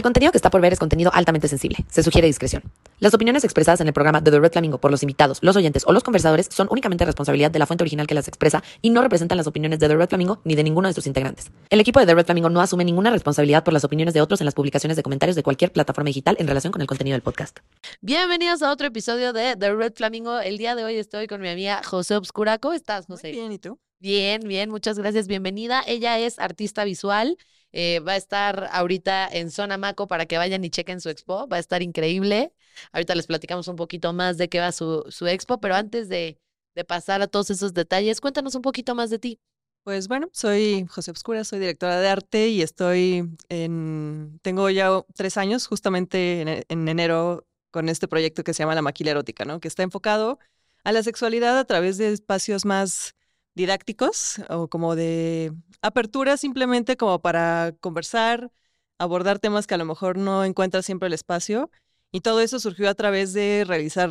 contenido que está por ver es contenido altamente sensible. Se sugiere discreción. Las opiniones expresadas en el programa de The Red Flamingo por los invitados, los oyentes o los conversadores son únicamente responsabilidad de la fuente original que las expresa y no representan las opiniones de The Red Flamingo ni de ninguno de sus integrantes. El equipo de The Red Flamingo no asume ninguna responsabilidad por las opiniones de otros en las publicaciones de comentarios de cualquier plataforma digital en relación con el contenido del podcast. Bienvenidos a otro episodio de The Red Flamingo. El día de hoy estoy con mi amiga José Obscura. ¿Cómo estás, José? Muy bien, ¿y tú? Bien, muchas gracias. Bienvenida. Ella es artista visual. Va a estar ahorita en Zona Maco para que vayan y chequen su expo. Va a estar increíble. Ahorita les platicamos un poquito más de qué va su expo, pero antes de pasar a todos esos detalles, cuéntanos un poquito más de ti. Pues bueno, soy José Obscura, soy directora de arte y tengo ya 3 años justamente en enero con este proyecto que se llama La Maquila Erótica, ¿no? Que está enfocado a la sexualidad a través de espacios más didácticos o como de apertura simplemente como para conversar, abordar temas que a lo mejor no encuentras siempre el espacio. Y todo eso surgió a través de realizar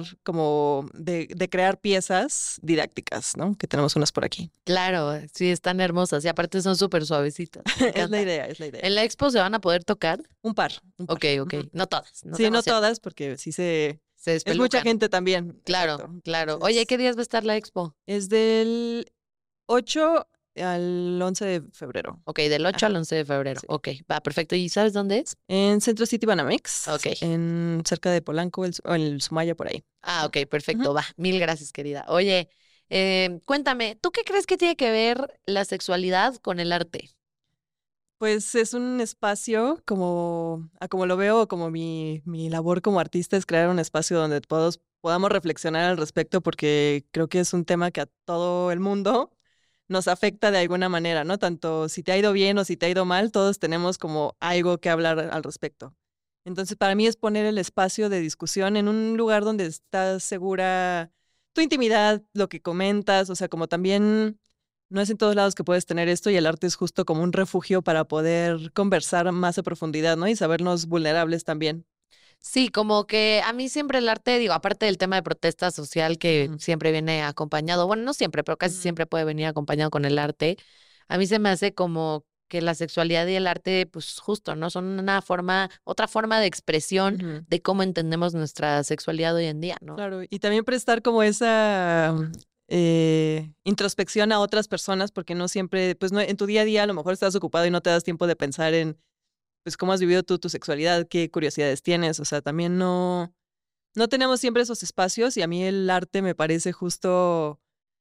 de crear piezas didácticas, ¿no? Que tenemos unas por aquí. Claro, sí, están hermosas y aparte son súper suavecitas. Me Es la encanta. idea, es la idea. ¿En la expo se van a poder tocar? Un par. Ok. Ujú. No todas. Sí, se no emocionen. todas, porque Se es mucha despelucan. gente también. Claro. Exacto. Oye, ¿qué días va a estar la expo? Es del 8 al 11 de febrero. Ok, del 8 al Ajá. 11 de febrero. Sí. Ok, va, perfecto. ¿Y sabes dónde es? En Centro City Banamex. Ok. Cerca de Polanco, o el Sumaya, por ahí. Ah, ok, perfecto, Ujú. va. Mil gracias, querida. Oye, cuéntame, ¿tú qué crees que tiene que ver la sexualidad con el arte? Pues es un espacio como lo veo, como mi labor como artista es crear un espacio donde todos podamos reflexionar al respecto, porque creo que es un tema que a todo el mundo nos afecta de alguna manera, ¿no? Tanto si te ha ido bien o si te ha ido mal, todos tenemos como algo que hablar al respecto. Entonces, para mí es poner el espacio de discusión en un lugar donde estás segura tu intimidad, lo que comentas, o sea, como también no es en todos lados que puedes tener esto y el arte es justo como un refugio para poder conversar más a profundidad, ¿no? Y sabernos vulnerables también. Sí, como que a mí siempre el arte, digo, aparte del tema de protesta social que Ujú. siempre viene acompañado, bueno, no siempre, pero casi Ujú. siempre puede venir acompañado con el arte, a mí se me hace como que la sexualidad y el arte, pues justo, ¿no? Son otra forma de expresión Ujú. de cómo entendemos nuestra sexualidad hoy en día, ¿no? Claro, y también prestar como esa introspección a otras personas, porque no siempre, pues no, en tu día a día a lo mejor estás ocupado y no te das tiempo de pensar en, pues, cómo has vivido tú tu sexualidad, qué curiosidades tienes, o sea, también no tenemos siempre esos espacios y a mí el arte me parece justo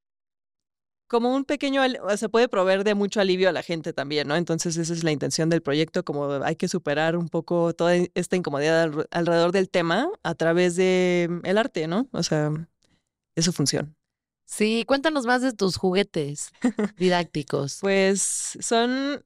como un pequeño, o sea, puede proveer de mucho alivio a la gente también, ¿no? Entonces esa es la intención del proyecto, como hay que superar un poco toda esta incomodidad alrededor del tema a través de el arte, ¿no? O sea, es su función. Sí, cuéntanos más de tus juguetes didácticos. Pues son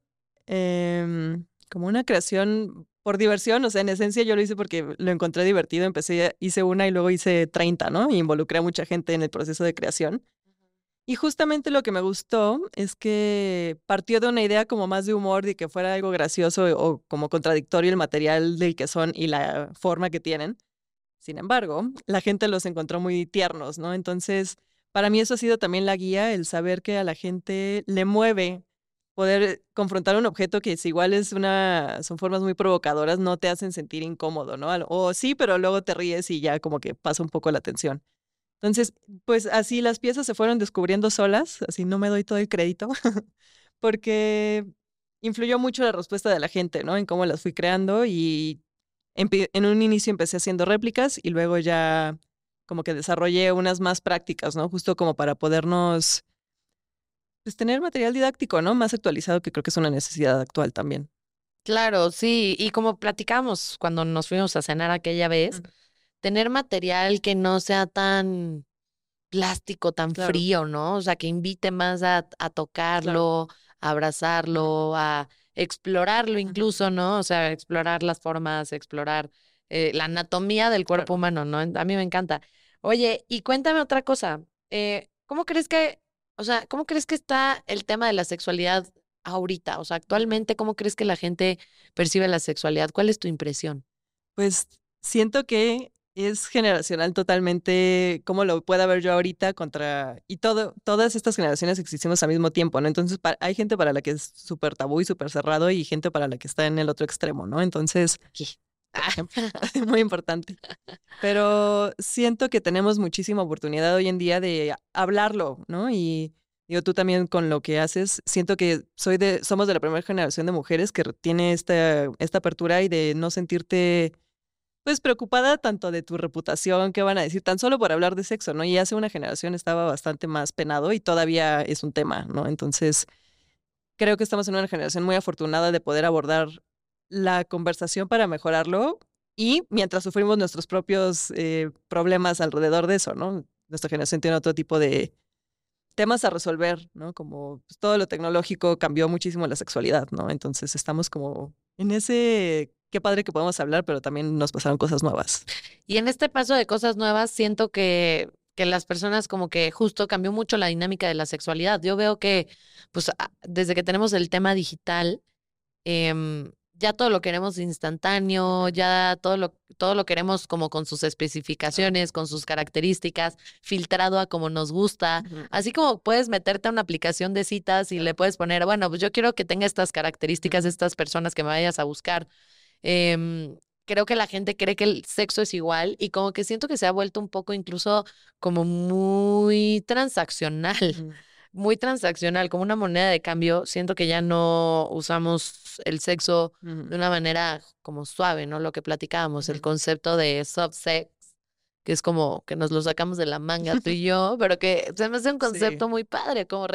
como una creación por diversión, o sea, en esencia yo lo hice porque lo encontré divertido, hice una y luego hice 30, ¿no? Y involucré a mucha gente en el proceso de creación. Y justamente lo que me gustó es que partió de una idea como más de humor, de que fuera algo gracioso o como contradictorio el material del que son y la forma que tienen. Sin embargo, la gente los encontró muy tiernos, ¿no? Entonces, para mí eso ha sido también la guía, el saber que a la gente le mueve poder confrontar un objeto que es igual son formas muy provocadoras, no te hacen sentir incómodo, ¿no? O sí, pero luego te ríes y ya como que pasa un poco la tensión. Entonces, pues así las piezas se fueron descubriendo solas, así no me doy todo el crédito, porque influyó mucho la respuesta de la gente, ¿no? En cómo las fui creando y en un inicio empecé haciendo réplicas y luego ya como que desarrollé unas más prácticas, ¿no? Justo como para podernos, pues, tener material didáctico, ¿no? Más actualizado, que creo que es una necesidad actual también. Claro, sí, y como platicamos cuando nos fuimos a cenar aquella vez, Ujú. tener material que no sea tan plástico, tan Claro, frío, ¿no? O sea, que invite más a claro. tocarlo, a abrazarlo, a explorarlo Ujú. incluso, ¿no? O sea, explorar las formas, explorar la anatomía del cuerpo Claro. humano, ¿no? A mí me encanta. Oye, y cuéntame otra cosa. ¿Cómo crees que, o sea, cómo crees que está el tema de la sexualidad ahorita? O sea, Ujú. actualmente, ¿cómo crees que la gente percibe la sexualidad? ¿Cuál es tu impresión? Pues siento que es generacional totalmente, como lo pueda ver yo ahorita contra, y todas estas generaciones existimos al mismo tiempo, ¿no? Entonces hay gente para la que es súper tabú y súper cerrado y gente para la que está en el otro extremo, ¿no? Entonces, por ejemplo, es muy importante. Pero siento que tenemos muchísima oportunidad hoy en día de hablarlo, ¿no? Y digo, tú también con lo que haces, siento que somos de la primera generación de mujeres que tiene esta apertura y de no sentirte pues preocupada tanto de tu reputación, qué van a decir, tan solo por hablar de sexo, ¿no? Y hace una generación estaba bastante más penado y todavía es un tema, ¿no? Entonces, creo que estamos en una generación muy afortunada de poder abordar la conversación para mejorarlo y mientras sufrimos nuestros propios problemas alrededor de eso, ¿no? Nuestra generación tiene otro tipo de temas a resolver, ¿no? Como pues, todo lo tecnológico cambió muchísimo la sexualidad, ¿no? Entonces estamos como en ese, qué padre que podemos hablar, pero también nos pasaron cosas nuevas. Y en este paso de cosas nuevas, siento que las personas como que justo cambió mucho la dinámica de la sexualidad. Yo veo que, pues, desde que tenemos el tema digital, ya todo lo queremos instantáneo, ya todo lo queremos como con sus especificaciones, con sus características, filtrado a como nos gusta. Así como puedes meterte a una aplicación de citas y le puedes poner, bueno, pues yo quiero que tenga estas características, estas personas que me vayas a buscar. Creo que la gente cree que el sexo es igual y como que siento que se ha vuelto un poco incluso como muy transaccional. Muy transaccional, como una moneda de cambio. Siento que ya no usamos el sexo de una manera como suave, ¿no? Lo que platicábamos, el concepto de soft sex, que es como que nos lo sacamos de la manga tú y yo, pero que se me hace un concepto muy padre, como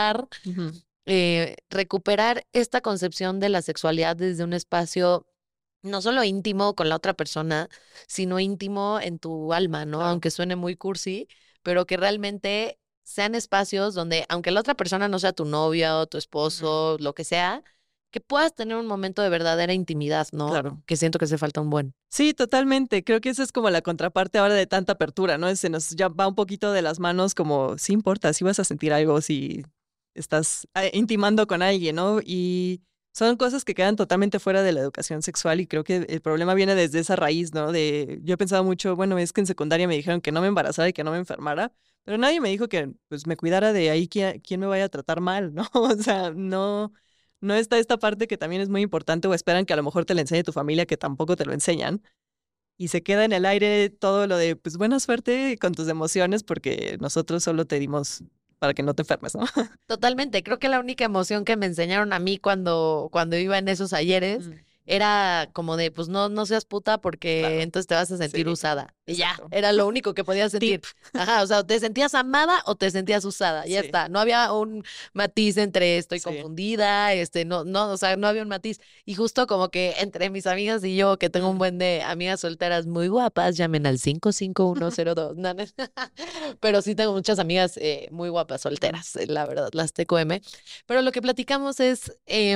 recuperar esta concepción de la sexualidad desde un espacio no solo íntimo con la otra persona, sino íntimo en tu alma, ¿no? Claro. Aunque suene muy cursi, pero que realmente sean espacios donde, aunque la otra persona no sea tu novia o tu esposo, lo que sea, que puedas tener un momento de verdadera intimidad, ¿no? Claro. Que siento que hace falta un buen. Sí, totalmente. Creo que esa es como la contraparte ahora de tanta apertura, ¿no? Se nos ya va un poquito de las manos como, sí importa, si vas a sentir algo, si estás intimando con alguien, ¿no? Y son cosas que quedan totalmente fuera de la educación sexual y creo que el problema viene desde esa raíz, ¿no? Yo he pensado mucho, bueno, es que en secundaria me dijeron que no me embarazara y que no me enfermara, pero nadie me dijo que pues me cuidara de ahí quién me vaya a tratar mal, ¿no? O sea, no está esta parte que también es muy importante o esperan que a lo mejor te la enseñe tu familia que tampoco te lo enseñan. Y se queda en el aire todo lo de, pues buena suerte con tus emociones porque nosotros solo te dimos para que no te enfermes, ¿no? Totalmente. Creo que la única emoción que me enseñaron a mí cuando iba en esos talleres era como de, pues no seas puta porque Claro. entonces te vas a sentir Sí, usada. Y ya, exacto. era lo único que podías sentir. Ajá, o sea, o te sentías amada o te sentías usada. Ya Sí. está. No había un matiz entre estoy Sí. confundida, no, o sea, no había un matiz. Y justo como que entre mis amigas y yo, que tengo un buen de amigas solteras muy guapas, llamen al 55102. No, no. Pero sí tengo muchas amigas muy guapas solteras, la verdad, las TQM. Pero lo que platicamos es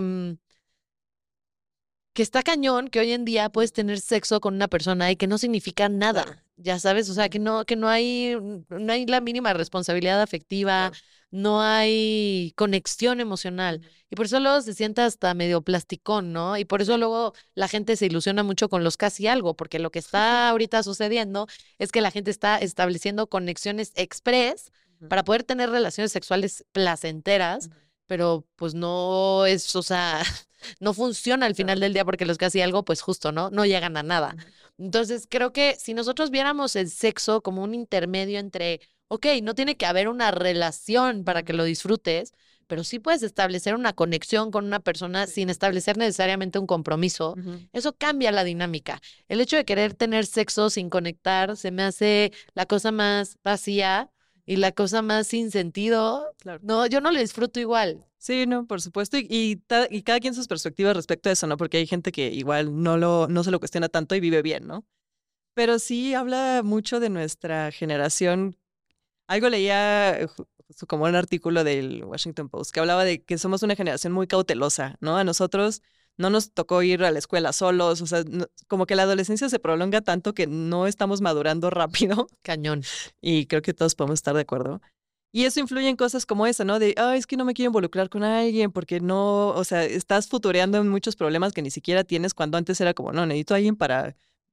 que está cañón que hoy en día puedes tener sexo con una persona y que no significa nada, Claro. ya sabes, o sea, no hay la mínima responsabilidad afectiva, Claro. no hay conexión emocional. Y por eso luego se siente hasta medio plasticón, ¿no? Y por eso luego la gente se ilusiona mucho con los casi algo, porque lo que está ahorita sucediendo es que la gente está estableciendo conexiones express para poder tener relaciones sexuales placenteras, pero pues no es, o sea, no funciona al final del día porque los que hacen algo, pues justo, ¿no? No llegan a nada. Entonces, creo que si nosotros viéramos el sexo como un intermedio entre, ok, no tiene que haber una relación para que lo disfrutes, pero sí puedes establecer una conexión con una persona sin establecer necesariamente un compromiso. Eso cambia la dinámica. El hecho de querer tener sexo sin conectar se me hace la cosa más vacía y la cosa más sin sentido. Claro. No, yo no lo disfruto igual. Sí, no, por supuesto. Y cada quien sus perspectivas respecto a eso, ¿no? Porque hay gente que igual no se lo cuestiona tanto y vive bien, ¿no? Pero sí habla mucho de nuestra generación. Algo leía justo como un artículo del Washington Post que hablaba de que somos una generación muy cautelosa, ¿no? A nosotros no nos tocó ir a la escuela solos, o sea, como que la adolescencia se prolonga tanto que no estamos madurando rápido Cañón. y creo que todos podemos estar de acuerdo. Y eso influye en cosas como esa, ¿no? De, es que no me quiero involucrar con alguien porque no, o sea, estás futureando en muchos problemas que ni siquiera tienes cuando antes era como, no, necesito a alguien para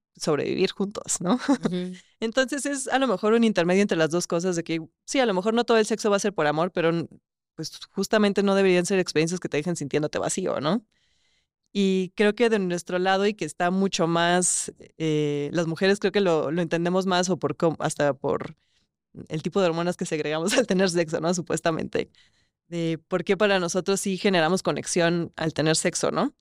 sobrevivir juntos, ¿no? Ujú. Entonces es a lo mejor un intermedio entre las dos cosas de que sí, a lo mejor no todo el sexo va a ser por amor, pero pues justamente no deberían ser experiencias que te dejen sintiéndote vacío, ¿no? Y creo que de nuestro lado y que está mucho más, las mujeres creo que lo entendemos más o hasta por el tipo de hormonas que segregamos al tener sexo, ¿no? Supuestamente. De por qué para nosotros sí generamos conexión al tener sexo, ¿no?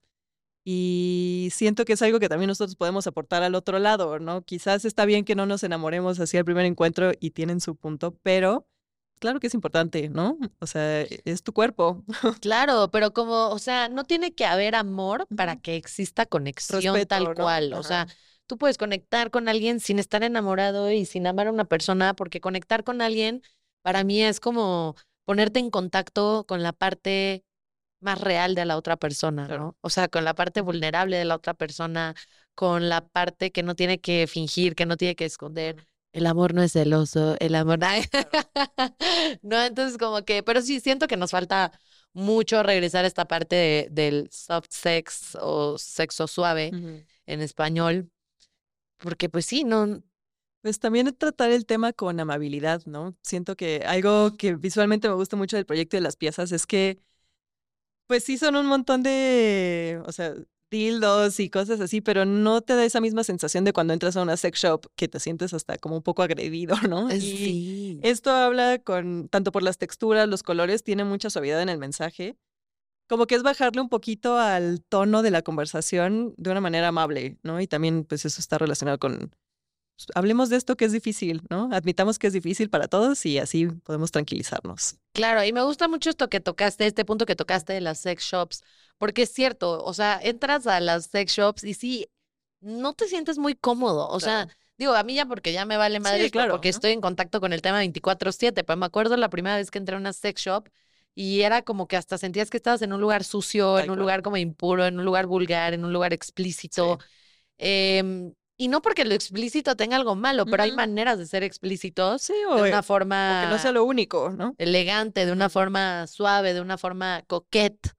Y siento que es algo que también nosotros podemos aportar al otro lado, ¿no? Quizás está bien que no nos enamoremos así al primer encuentro y tienen su punto, pero claro que es importante, ¿no? O sea, es tu cuerpo. Claro, pero como, o sea, no tiene que haber amor para Ujú. que exista conexión tal Respeto, ¿no? cual. O sea, Ajá. tú puedes conectar con alguien sin estar enamorado y sin amar a una persona, porque conectar con alguien para mí es como ponerte en contacto con la parte más real de la otra persona, Claro. ¿no? O sea, con la parte Ujú. vulnerable de la otra persona, con la parte que no tiene que fingir, que no tiene que esconder. Ujú. El amor no es celoso, el amor... Ay, Claro. no, entonces como que, pero sí, siento que nos falta mucho regresar a esta parte del soft sex o sexo suave Ujú. en español, porque pues sí, no, Pues también tratar el tema con amabilidad, ¿no? Siento que algo que visualmente me gusta mucho del proyecto de las piezas es que pues sí, son un montón de, o sea, dildos y cosas así, pero no te da esa misma sensación de cuando entras a una sex shop que te sientes hasta como un poco agredido, ¿no? Y sí. esto habla con, tanto por las texturas, los colores, tiene mucha suavidad en el mensaje, como que es bajarle un poquito al tono de la conversación de una manera amable, ¿no? Y también, pues eso está relacionado con, pues, hablemos de esto que es difícil, ¿no? Admitamos que es difícil para todos y así podemos tranquilizarnos. Claro, y me gusta mucho esto que tocaste, este punto que tocaste de las sex shops, porque es cierto, o sea, entras a las sex shops y sí, no te sientes muy cómodo, o sea, Claro. digo, a mí ya porque ya me vale madre Sí, esto, claro, porque ¿no? estoy en contacto con el tema 24/7, pero me acuerdo la primera vez que entré a una sex shop y era como que hasta sentías que estabas en un lugar sucio, en Tal un cual. lugar como impuro, en un lugar vulgar, en un lugar Sí. explícito. Y no porque lo explícito tenga algo malo, pero hay Ujú. maneras de ser explícitos Sí, de una o que no sea forma lo único, ¿no? elegante, de una Ujú. forma suave, de una forma coquette.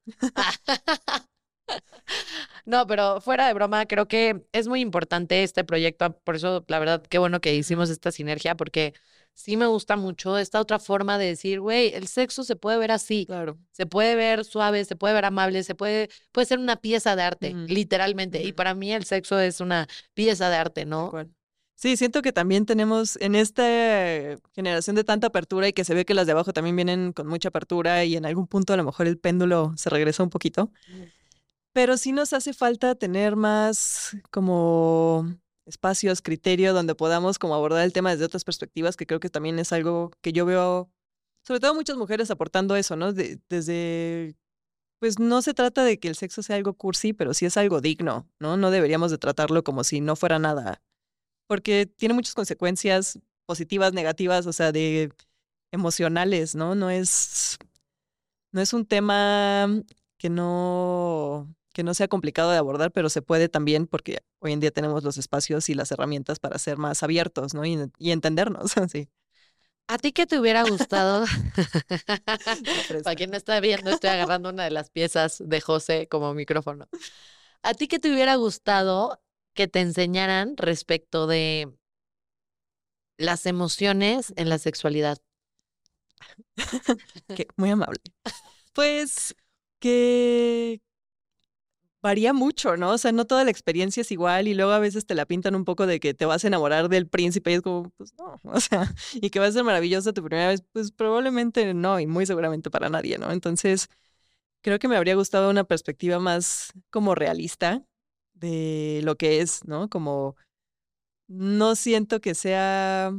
No, pero fuera de broma, creo que es muy importante este proyecto. Por eso, la verdad, qué bueno que Ujú. hicimos esta sinergia, porque sí me gusta mucho esta otra forma de decir, güey, el sexo se puede ver así. Claro. Se puede ver suave, se puede ver amable, puede ser una pieza de arte, Ujú. literalmente. Y Ujú. para mí el sexo es una pieza de arte, Tal ¿no? cual. Sí, siento que también tenemos en esta generación de tanta apertura y que se ve que las de abajo también vienen con mucha apertura y en algún punto a lo mejor el péndulo se regresa un poquito, Ujú. pero sí nos hace falta tener más como espacios, criterio donde podamos como abordar el tema desde otras perspectivas, que creo que también es algo que yo veo, sobre todo muchas mujeres aportando eso, ¿no? Desde pues no se trata de que el sexo sea algo cursi, pero sí es algo digno, ¿no? No deberíamos de tratarlo como si no fuera nada, porque tiene muchas consecuencias positivas, negativas, o sea, de emocionales, ¿no? No es un tema que no sea complicado de abordar, pero se puede también porque hoy en día tenemos los espacios y las herramientas para ser más abiertos, ¿no? Y entendernos, así. ¿A ti qué te hubiera gustado? Se Para presta. quien no está viendo, estoy agarrando una de las piezas de José como micrófono. ¿A ti qué te hubiera gustado que te enseñaran respecto de las emociones en la sexualidad? Que muy amable. Pues que varía mucho, ¿no? O sea, no toda la experiencia es igual y luego a veces te la pintan un poco de que te vas a enamorar del príncipe y es como, pues no, o sea, y que va a ser maravillosa tu primera vez, pues probablemente no y muy seguramente para nadie, ¿no? Entonces, creo que me habría gustado una perspectiva más como realista de lo que es, ¿no? Como no siento que sea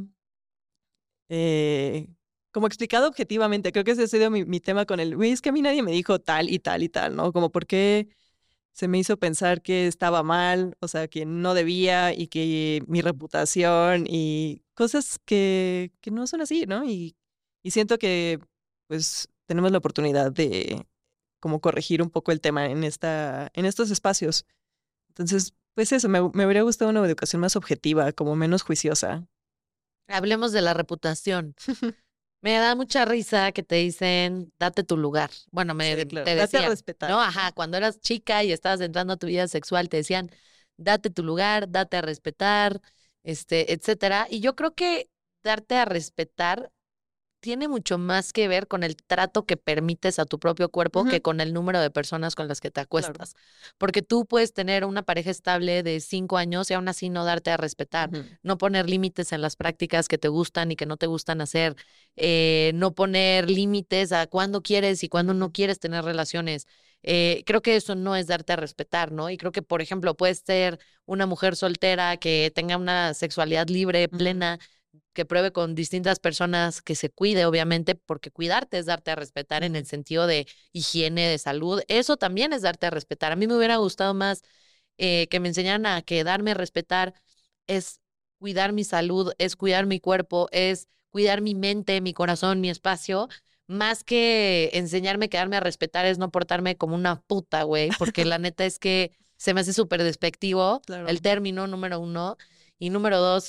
eh, como explicado objetivamente. Creo que ese ha sido mi tema con el, güey, es que a mí nadie me dijo tal y tal y tal, ¿no? Como por qué se me hizo pensar que estaba mal, o sea, que no debía y que mi reputación y cosas que no son así, ¿no? Y siento que pues tenemos la oportunidad de como corregir un poco el tema en estos espacios. Entonces, pues eso, me habría gustado una educación más objetiva, como menos juiciosa. Hablemos de la reputación. Me da mucha risa que te dicen, date tu lugar. Bueno, Sí, claro. te Date a decían, respetar, ¿no? ¿no? Ajá, cuando eras chica y estabas entrando a tu vida sexual, te decían, date tu lugar, date a respetar, etcétera. Y yo creo que darte a respetar tiene mucho más que ver con el trato que permites a tu propio cuerpo que con el número de personas con las que te acuestas. Porque tú puedes tener una pareja estable de 5 años y aún así no darte a respetar, no poner límites en las prácticas que te gustan y que no te gustan hacer, no poner límites a cuándo quieres y cuándo no quieres tener relaciones. Creo que eso no es darte a respetar, ¿no? Y creo que, por ejemplo, puedes ser una mujer soltera que tenga una sexualidad libre, plena, que pruebe con distintas personas, que se cuide, obviamente, porque cuidarte es darte a respetar en el sentido de higiene, de salud. Eso también es darte a respetar. A mí me hubiera gustado más que me enseñaran a que darme a respetar es cuidar mi salud, es cuidar mi cuerpo, es cuidar mi mente, mi corazón, mi espacio, más que enseñarme que darme a respetar es no portarme como una puta, güey, porque la neta es que se me hace súper despectivo el término, número uno. Y número dos,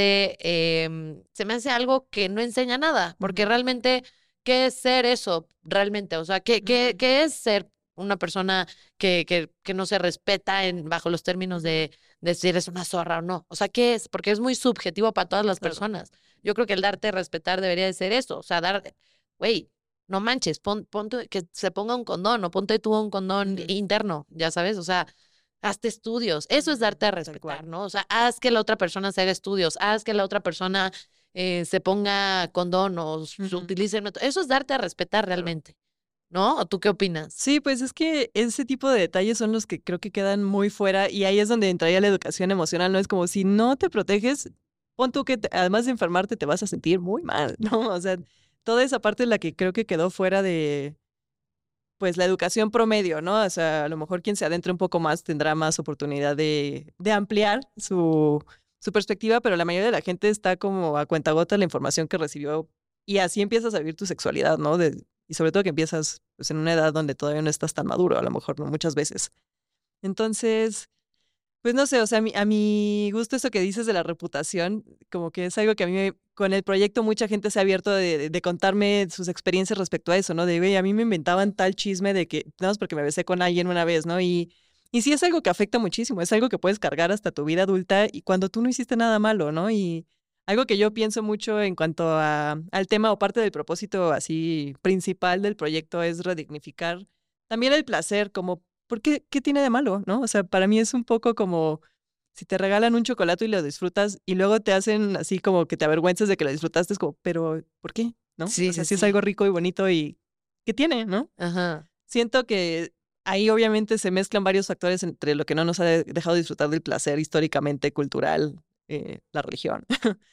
se me hace algo que no enseña nada, porque realmente, ¿qué es ser eso? Realmente, o sea, ¿qué es ser una persona que no se respeta bajo los términos de si eres una zorra o no? O sea, ¿qué es? Porque es muy subjetivo para todas las personas. Yo creo que el darte a respetar debería de ser eso, o sea, güey, no manches, ponte que se ponga un condón o ponte tú un condón interno, ya sabes, o sea, hazte estudios. Eso es darte a respetar, ¿no? O sea, haz que la otra persona se haga estudios, haz que la otra persona se ponga condón o se utilice el método. Eso es darte a respetar realmente, ¿no? ¿O tú qué opinas? Sí, pues es que ese tipo de detalles son los que creo que quedan muy fuera y ahí es donde entraría la educación emocional, ¿no? Es como si no te proteges, pon tú que además de enfermarte te vas a sentir muy mal, ¿no? O sea, toda esa parte es la que creo que quedó fuera de, pues, la educación promedio, ¿no? O sea, a lo mejor quien se adentre un poco más tendrá más oportunidad de ampliar su perspectiva, pero la mayoría de la gente está como a cuentagotas la información que recibió y así empiezas a vivir tu sexualidad, ¿no? Y sobre todo que empiezas pues, en una edad donde todavía no estás tan maduro, a lo mejor, ¿no? Muchas veces. Entonces, pues no sé, o sea, a mi gusto eso que dices de la reputación, como que es algo que a mí, con el proyecto mucha gente se ha abierto de contarme sus experiencias respecto a eso, ¿no? De, güey, a mí me inventaban tal chisme de que, nada más porque me besé con alguien una vez, ¿no? Y sí es algo que afecta muchísimo, es algo que puedes cargar hasta tu vida adulta y cuando tú no hiciste nada malo, ¿no? Y algo que yo pienso mucho en cuanto al tema o parte del propósito así principal del proyecto es redignificar también el placer como ¿por qué tiene de malo, no? O sea, para mí es un poco como si te regalan un chocolate y lo disfrutas y luego te hacen así como que te avergüenzas de que lo disfrutaste, es como, pero ¿por qué? ¿No? Sí, O sea, sí, sí es sí. algo rico y bonito y ¿qué tiene, no? Ajá. Siento que ahí obviamente se mezclan varios factores entre lo que no nos ha dejado disfrutar del placer históricamente, cultural, la religión.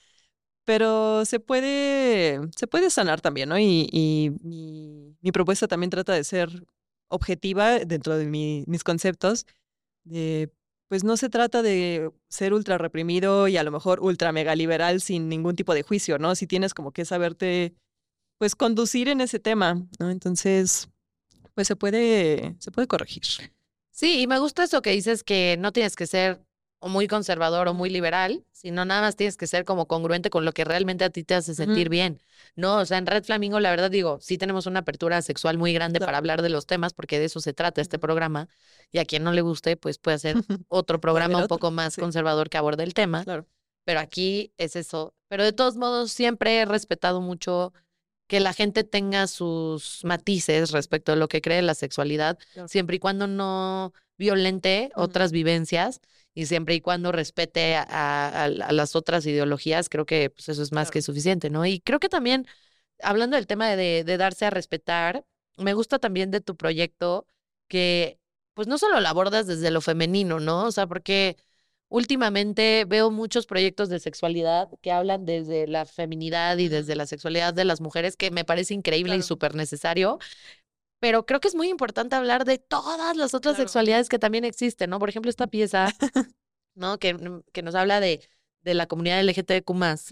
Pero se puede sanar también, ¿no? Y mi propuesta también trata de ser objetiva dentro de mis conceptos. Pues no se trata de ser ultra reprimido y a lo mejor ultra mega liberal sin ningún tipo de juicio, ¿no? Si tienes como que saberte, pues conducir en ese tema, ¿no? Entonces, pues se puede corregir. Sí, y me gusta eso que dices que no tienes que ser o muy conservador o muy liberal, sino nada más tienes que ser como congruente con lo que realmente a ti te hace sentir bien, ¿no? O sea, en Red Flamingo, la verdad digo, sí tenemos una apertura sexual muy grande para hablar de los temas, porque de eso se trata este programa, y a quien no le guste, pues puede hacer otro programa un poco más conservador que aborde el tema, Claro. pero aquí es eso. Pero de todos modos, siempre he respetado mucho que la gente tenga sus matices respecto a lo que cree la sexualidad, siempre y cuando no violente otras vivencias y siempre y cuando respete a las otras ideologías, creo que pues, eso es más que suficiente, ¿no? Y creo que también, hablando del tema de darse a respetar, me gusta también de tu proyecto que pues no solo lo abordas desde lo femenino, ¿no? O sea, porque últimamente veo muchos proyectos de sexualidad que hablan desde la feminidad y desde la sexualidad de las mujeres, que me parece increíble y súper necesario, pero creo que es muy importante hablar de todas las otras sexualidades que también existen, ¿no? Por ejemplo, esta pieza, ¿no? Que nos habla de la comunidad LGTBQ+.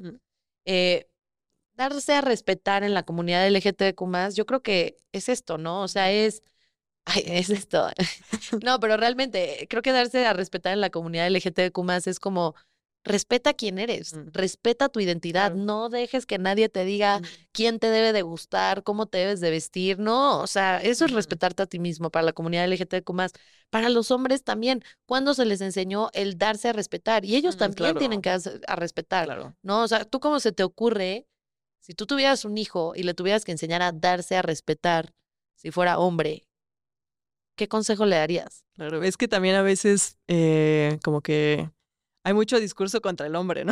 Darse a respetar en la comunidad LGTBQ+, yo creo que es esto, ¿no? O sea, ay, es esto. No, pero realmente creo que darse a respetar en la comunidad LGTBQ+ es como respeta quién eres, Mm, respeta tu identidad, claro. no dejes que nadie te diga Mm, quién te debe de gustar, cómo te debes de vestir, no, o sea, eso es ujú. respetarte a ti mismo para la comunidad LGTBQ+. Para los hombres también, ¿cuándo se les enseñó el darse a respetar? Y ellos también tienen Claro, que a respetar, claro. ¿no? O sea, ¿tú cómo se te ocurre, si tú tuvieras un hijo y le tuvieras que enseñar a darse a respetar, si fuera hombre, qué consejo le darías? Claro, es que también a veces como que hay mucho discurso contra el hombre, ¿no?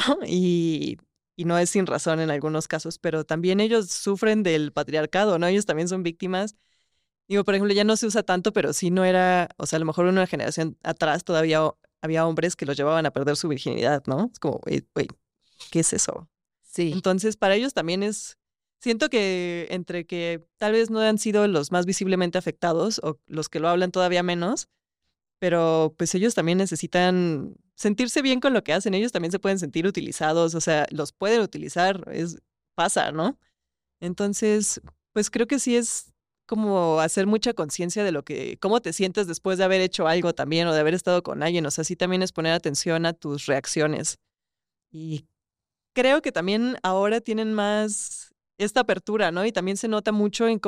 Y no es sin razón en algunos casos, pero también ellos sufren del patriarcado, ¿no? Ellos también son víctimas. Digo, por ejemplo, ya no se usa tanto, pero sí no era, o sea, a lo mejor una generación atrás todavía había hombres que los llevaban a perder su virginidad, ¿no? Es como, güey, ¿qué es eso? Sí, Entonces, para ellos también siento que entre que tal vez no han sido los más visiblemente afectados o los que lo hablan todavía menos, pero pues ellos también necesitan sentirse bien con lo que hacen, ellos también se pueden sentir utilizados, o sea, los pueden utilizar, pasa, ¿no? Entonces, pues creo que sí es como hacer mucha conciencia de cómo te sientes después de haber hecho algo también o de haber estado con alguien, o sea, sí también es poner atención a tus reacciones. Y creo que también ahora tienen más esta apertura, ¿no? Y también se nota mucho en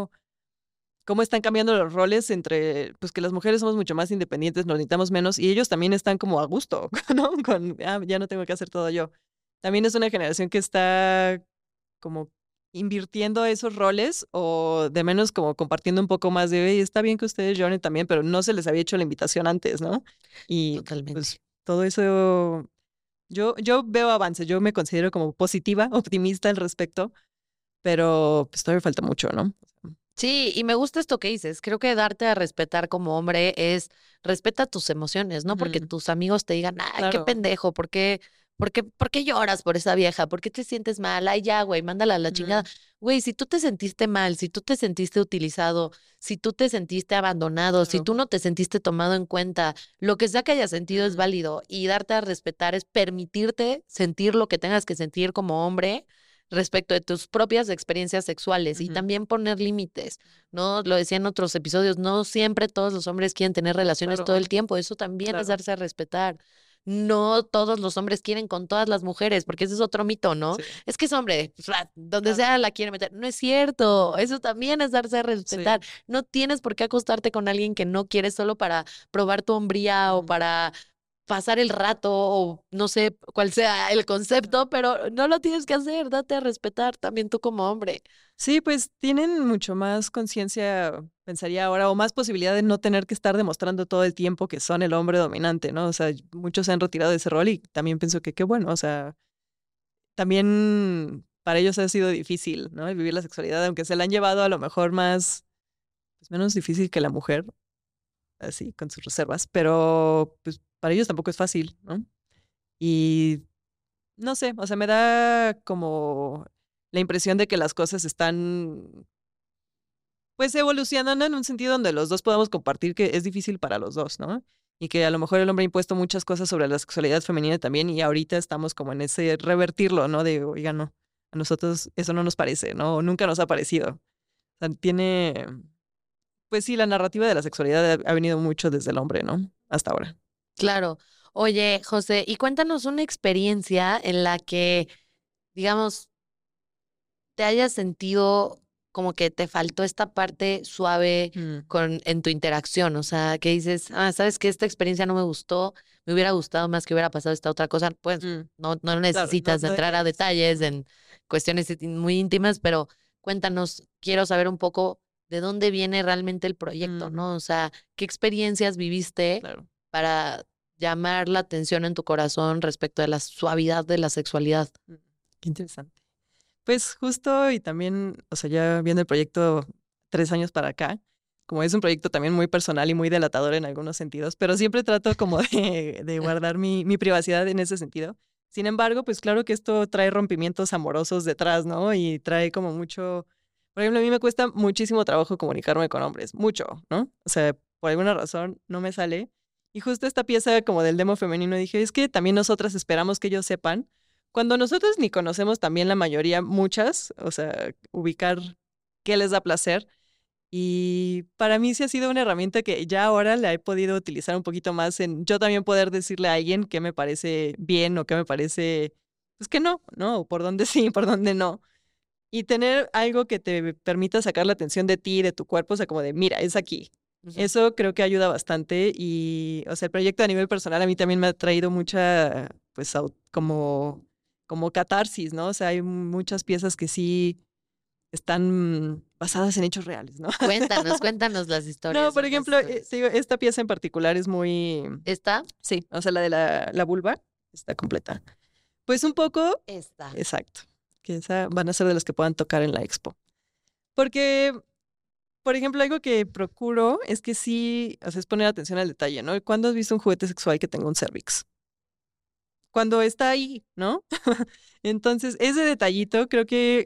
cómo están cambiando los roles entre, pues que las mujeres somos mucho más independientes, nos necesitamos menos, y ellos también están como a gusto, ¿no? Ya no tengo que hacer todo yo. También es una generación que está como invirtiendo esos roles o de menos como compartiendo un poco más de, "Ey, está bien que ustedes lloren también, pero no se les había hecho la invitación antes, ¿no? Y pues totalmente. todo eso, yo veo avances, yo me considero como positiva, optimista al respecto, pero pues todavía falta mucho, ¿no? Sí, y me gusta esto que dices. Creo que darte a respetar como hombre es respeta tus emociones, no porque Ujú, tus amigos te digan, ay, qué claro. pendejo, por qué lloras por esa vieja? ¿Por qué te sientes mal? Ay, ya, güey, mándala a la chingada. Ujú, Güey, si tú te sentiste mal, si tú te sentiste utilizado, si tú te sentiste abandonado, si claro. tú no te sentiste tomado en cuenta, lo que sea que hayas sentido es Ujú, válido y darte a respetar es permitirte sentir lo que tengas que sentir como hombre respecto de tus propias experiencias sexuales y ujú, también poner límites, ¿no? Lo decía en otros episodios, no siempre todos los hombres quieren tener relaciones todo claro, el tiempo, eso también es claro. darse a respetar. No todos los hombres quieren con todas las mujeres, porque ese es otro mito, ¿no? Sí, Es que es hombre, pues, donde claro. sea la quiere meter. No es cierto, Ujú, eso también es darse a respetar. sí. No tienes por qué acostarte con alguien que no quieres solo para probar tu hombría o Ujú, para pasar el rato o no sé cuál sea el concepto, pero no lo tienes que hacer, date a respetar también tú como hombre. sí, pues tienen mucho más conciencia, pensaría ahora, o más posibilidad de no tener que estar demostrando todo el tiempo que son el hombre dominante, ¿no? O sea, muchos se han retirado de ese rol y también pienso que qué bueno, o sea, también para ellos ha sido difícil, ¿no? El vivir la sexualidad, aunque se la han llevado a lo mejor pues menos difícil que la mujer, así, con sus reservas, pero pues para ellos tampoco es fácil, ¿no? Y no sé, o sea, me da como la impresión de que las cosas están pues evolucionando en un sentido donde los dos podamos compartir que es difícil para los dos, ¿no? Y que a lo mejor el hombre ha impuesto muchas cosas sobre la sexualidad femenina también y ahorita estamos como en ese revertirlo, ¿no? De, oiga, no, a nosotros eso no nos parece, ¿no? O nunca nos ha parecido. O sea, pues sí, la narrativa de la sexualidad ha venido mucho desde el hombre, ¿no? Hasta ahora. Claro. Oye, José, y cuéntanos una experiencia en la que, digamos, te hayas sentido como que te faltó esta parte suave Mm, en tu interacción, o sea, que dices, sabes que esta experiencia no me gustó, me hubiera gustado más que hubiera pasado esta otra cosa, pues mm, no claro, no, necesitas no entrar a detalles. detalles Ujú, en cuestiones muy íntimas, pero cuéntanos, quiero saber un poco de dónde viene realmente el proyecto, mm, ¿no? O sea, ¿qué experiencias viviste claro. para llamar la atención en tu corazón respecto de la suavidad de la sexualidad? Mm, qué interesante. Pues justo y también, o sea, ya viendo el proyecto 3 años para acá, como es un proyecto también muy personal y muy delatador en algunos sentidos, pero siempre trato como de guardar mi privacidad en ese sentido. Sin embargo, pues claro que esto trae rompimientos amorosos detrás, ¿no? Y trae como mucho, por ejemplo, a mí me cuesta muchísimo trabajo comunicarme con hombres, mucho, ¿no? O sea, por alguna razón no me sale. Y justo esta pieza como del demo femenino dije, es que también nosotras esperamos que ellos sepan cuando nosotros ni conocemos también la mayoría, muchas, o sea, ubicar qué les da placer, Y para mí sí ha sido una herramienta que ya ahora la he podido utilizar un poquito más en yo también poder decirle a alguien qué me parece bien o qué me parece, pues que no, ¿no? O por dónde sí, por dónde no. Y tener algo que te permita sacar la atención de ti, de tu cuerpo, o sea, como de, mira, es aquí. Ujú. Eso creo que ayuda bastante y, o sea, el proyecto a nivel personal a mí también me ha traído mucha, pues, como catarsis, ¿no? O sea, hay muchas piezas que sí están basadas en hechos reales, ¿no? Cuéntanos las historias. No, por las ejemplo, historias. te digo, esta pieza en particular es muy, ¿Esta? sí, o sea, la de la vulva está completa. Pues un poco, Esta. exacto, que esa van a ser de las que puedan tocar en la expo. Porque, por ejemplo, algo que procuro es que sí, o sea, es poner atención al detalle, ¿no? ¿Cuándo has visto un juguete sexual que tenga un cervix? Cuando está ahí, ¿no? Entonces, ese detallito creo que,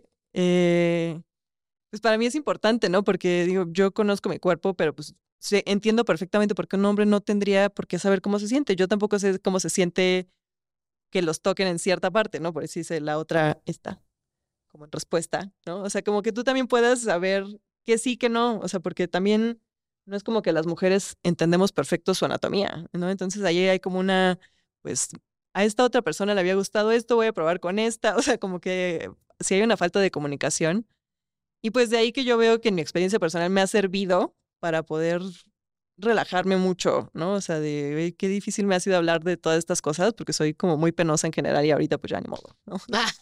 pues para mí es importante, ¿no? Porque digo, yo conozco mi cuerpo, pero pues entiendo perfectamente por qué un hombre no tendría por qué saber cómo se siente. Yo tampoco sé cómo se siente que los toquen en cierta parte, ¿no? Por eso dice la otra está como en respuesta, ¿no? O sea, como que tú también puedas saber que sí, que no, o sea, porque también no es como que las mujeres entendemos perfecto su anatomía, ¿no? Entonces ahí hay como una, pues, a esta otra persona le había gustado esto, voy a probar con esta, o sea, como que si hay una falta de comunicación. Y pues de ahí que yo veo que en mi experiencia personal me ha servido para poder relajarme mucho, ¿no? O sea, de "Güey, qué difícil me ha sido hablar de todas estas cosas porque soy como muy penosa en general y ahorita pues ya ni modo, ¿no?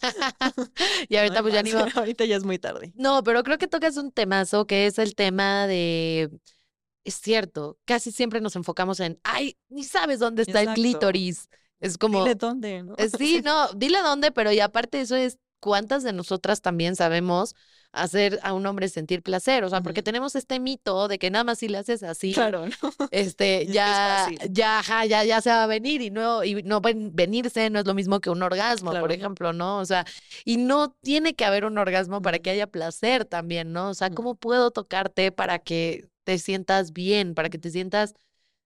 Y No ahorita hay pues ya más, ni modo. ahorita ya es muy tarde. No, pero creo que tocas un temazo que es el tema de, es cierto, casi siempre nos enfocamos en, ay, ni sabes dónde está el Exacto. clítoris. Es Dile como, dónde, ¿no? sí, no, dile dónde, pero y aparte eso es, ¿cuántas de nosotras también sabemos hacer a un hombre sentir placer? O sea, porque Ujú. tenemos este mito de que nada más si le haces así, Claro, ¿no? Y es que es ya, fácil. ajá, ya se va a venir y no venirse no es lo mismo que un orgasmo, por Claro. ejemplo, ¿no? O sea, y no tiene que haber un orgasmo para Ujú, que haya placer también, ¿no? O sea, ujú, ¿cómo puedo tocarte para que te sientas bien, para que te sientas,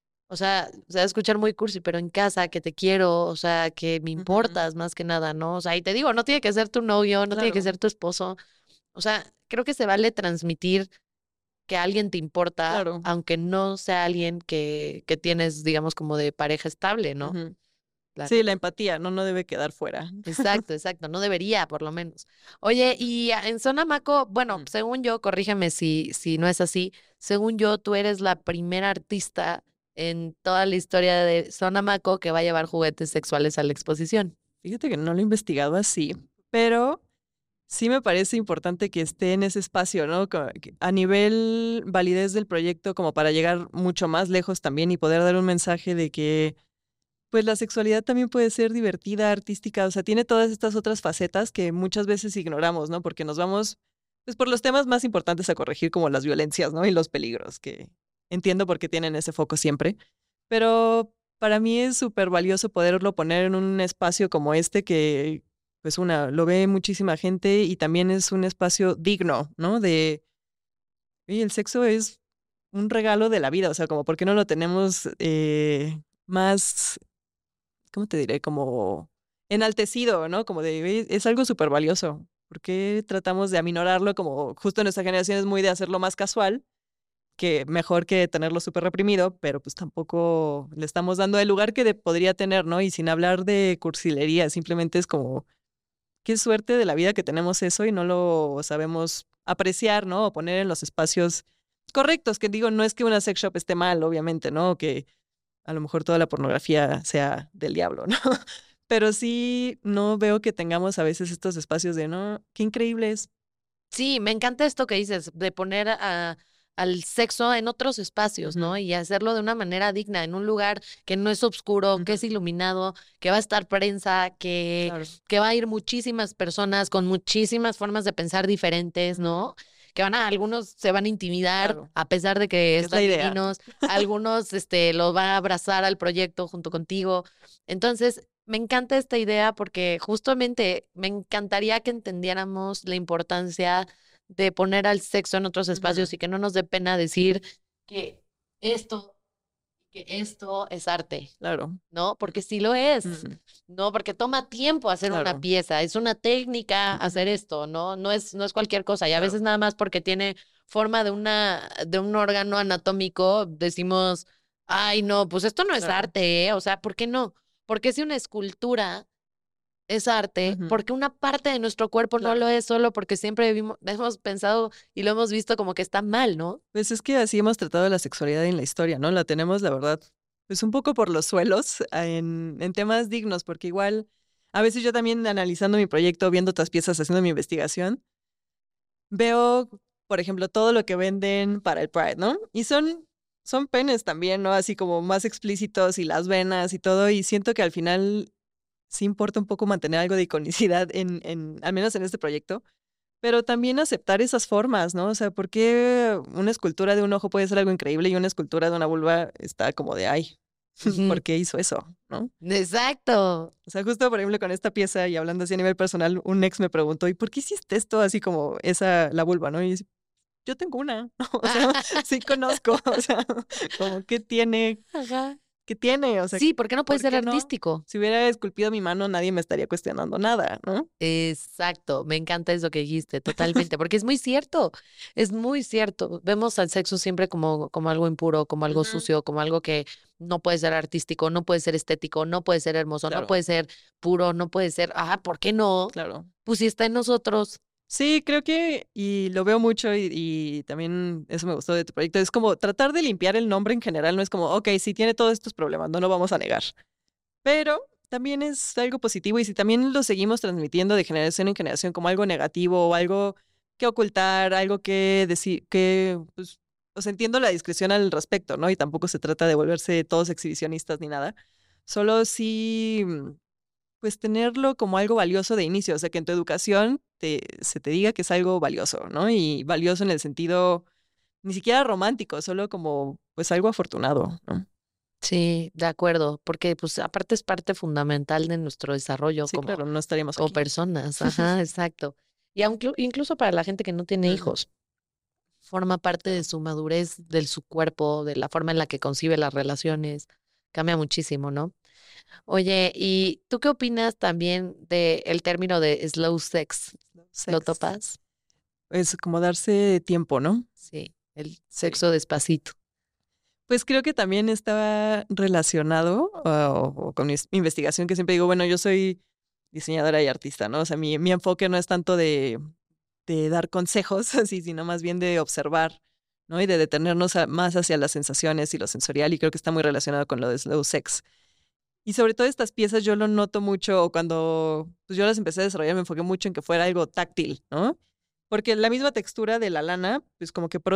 o sea, escuchar muy cursi, pero en casa, que te quiero, o sea, que me ujú. importas más que nada, ¿no? O sea, y te digo, no tiene que ser tu novio, no tiene que Claro, ser tu esposo. O sea, creo que se vale transmitir que alguien te importa, claro. aunque no sea alguien que tienes, digamos, como de pareja estable, ¿no? Ujú. La Sí, la neta. empatía, no debe quedar fuera. Exacto, exacto. No debería, por lo menos. Oye, y en Zona Maco, bueno, Mm. según yo, corrígeme si no es así, según yo, tú eres la primera artista en toda la historia de Zona Maco que va a llevar juguetes sexuales a la exposición. Fíjate que no lo he investigado así, pero sí me parece importante que esté en ese espacio, ¿no? A nivel validez del proyecto, como para llegar mucho más lejos también y poder dar un mensaje de que, pues la sexualidad también puede ser divertida, artística, o sea, tiene todas estas otras facetas que muchas veces ignoramos, ¿no? Porque nos vamos, pues por los temas más importantes a corregir, como las violencias, ¿no? Y los peligros, que entiendo por qué tienen ese foco siempre, pero para mí es súper valioso poderlo poner en un espacio como este que, pues lo ve muchísima gente y también es un espacio digno, ¿no? Oye, el sexo es un regalo de la vida, o sea, como por qué no lo tenemos más, ¿cómo te diré? Como enaltecido, ¿no? Como de, "Oye, es algo súper valioso. ¿Por qué tratamos de aminorarlo como justo nuestra generación es muy de hacerlo más casual? Que mejor que tenerlo súper reprimido, pero pues tampoco le estamos dando el lugar que podría tener, ¿no? Y sin hablar de cursilería, simplemente es como, qué suerte de la vida que tenemos eso y no lo sabemos apreciar, ¿no? O poner en los espacios correctos, que digo, no es que una sex shop esté mal, obviamente, ¿no? O que a lo mejor toda la pornografía sea del diablo, ¿no? Pero sí no veo que tengamos a veces estos espacios de, no, qué increíble es. Sí, me encanta esto que dices, de poner al sexo en otros espacios, Ujú, ¿no? Y hacerlo de una manera digna, en un lugar que no es oscuro, que es ujú, iluminado, que va a estar prensa, claro. que va a ir muchísimas personas con muchísimas formas de pensar diferentes, Ujú, ¿no? Que algunos se van a intimidar claro, a pesar de que que es la están idea. divinos, algunos, lo va a abrazar al proyecto junto contigo. Entonces, me encanta esta idea porque justamente me encantaría que entendiéramos la importancia de poner al sexo en otros espacios Ujú, y que no nos dé pena decir que esto, que esto es arte, claro. ¿no? Porque sí lo es, Ujú, ¿no? Porque toma tiempo hacer una claro. pieza, es una técnica hacer Ujú, esto, ¿no? No es cualquier cosa y a claro. veces nada más porque tiene forma de un órgano anatómico, decimos, ay, no, pues esto no es Claro. arte, ¿eh? O sea, ¿por qué no? Porque si una escultura es arte, Ujú, porque una parte de nuestro cuerpo no claro. lo es solo porque siempre hemos pensado y lo hemos visto como que está mal, ¿no? Pues es que así hemos tratado la sexualidad en la historia, ¿no? La tenemos, la verdad, pues un poco por los suelos en temas dignos, porque igual a veces yo también analizando mi proyecto, viendo otras piezas, haciendo mi investigación, veo, por ejemplo, todo lo que venden para el Pride, ¿no? Y son penes también, ¿no? Así como más explícitos y las venas y todo, y siento que al final sí importa un poco mantener algo de iconicidad al menos en este proyecto. Pero también aceptar esas formas, ¿no? O sea, ¿por qué una escultura de un ojo puede ser algo increíble y una escultura de una vulva está como de, ay, Ujú. ¿por qué hizo eso? ¿No? Exacto. O sea, justo por ejemplo con esta pieza y hablando así a nivel personal, un ex me preguntó, ¿y por qué hiciste esto así como la vulva, ¿no? Y yo tengo una, o sea, sí conozco, o sea, como, Ajá. qué tiene? O sea, Sí, ¿por qué no puede ¿por ser qué no? artístico? Si hubiera esculpido mi mano, nadie me estaría cuestionando nada, ¿no? Exacto, me encanta eso que dijiste, totalmente, porque es muy cierto. Vemos al sexo siempre como algo impuro, como algo Ujú, sucio, como algo que no puede ser artístico, no puede ser estético, no puede ser hermoso, no claro, puede ser puro, no puede ser, ¿por qué no? claro. Pues si está en nosotros. Sí, creo que, y lo veo mucho y también eso me gustó de tu proyecto, es como tratar de limpiar el nombre en general, no es como, ok, sí tiene todos estos problemas, no lo vamos a negar, pero también es algo positivo y si también lo seguimos transmitiendo de generación en generación como algo negativo o algo que ocultar, algo que decir, pues, o sea, entiendo la discreción al respecto, ¿no? Y tampoco se trata de volverse todos exhibicionistas ni nada, solo sí pues tenerlo como algo valioso de inicio, o sea, que en tu educación se te diga que es algo valioso, ¿no? Y valioso en el sentido ni siquiera romántico, solo como pues algo afortunado, ¿no? Sí, de acuerdo, porque pues aparte es parte fundamental de nuestro desarrollo Sí, claro, no estaríamos como aquí. personas, ajá, exacto. Y aunque, incluso para la gente que no tiene Ujú, hijos, forma parte de claro. su madurez, de su cuerpo, de la forma en la que concibe las relaciones, cambia muchísimo, ¿no? Oye, ¿y tú qué opinas también del término de slow sex? ¿Lo Sex. topas? Es como darse tiempo, ¿no? Sí, el Sí. sexo despacito. Pues creo que también estaba relacionado o con mi investigación que siempre digo, bueno, yo soy diseñadora y artista, ¿no? O sea, mi enfoque no es tanto de dar consejos, así, sino más bien de observar, ¿no? Y de detenernos más hacia las sensaciones y lo sensorial, y creo que está muy relacionado con lo de slow sex. Y sobre todo estas piezas yo lo noto mucho o cuando pues, yo las empecé a desarrollar, me enfoqué mucho en que fuera algo táctil, ¿no? Porque la misma textura de la lana, pues como que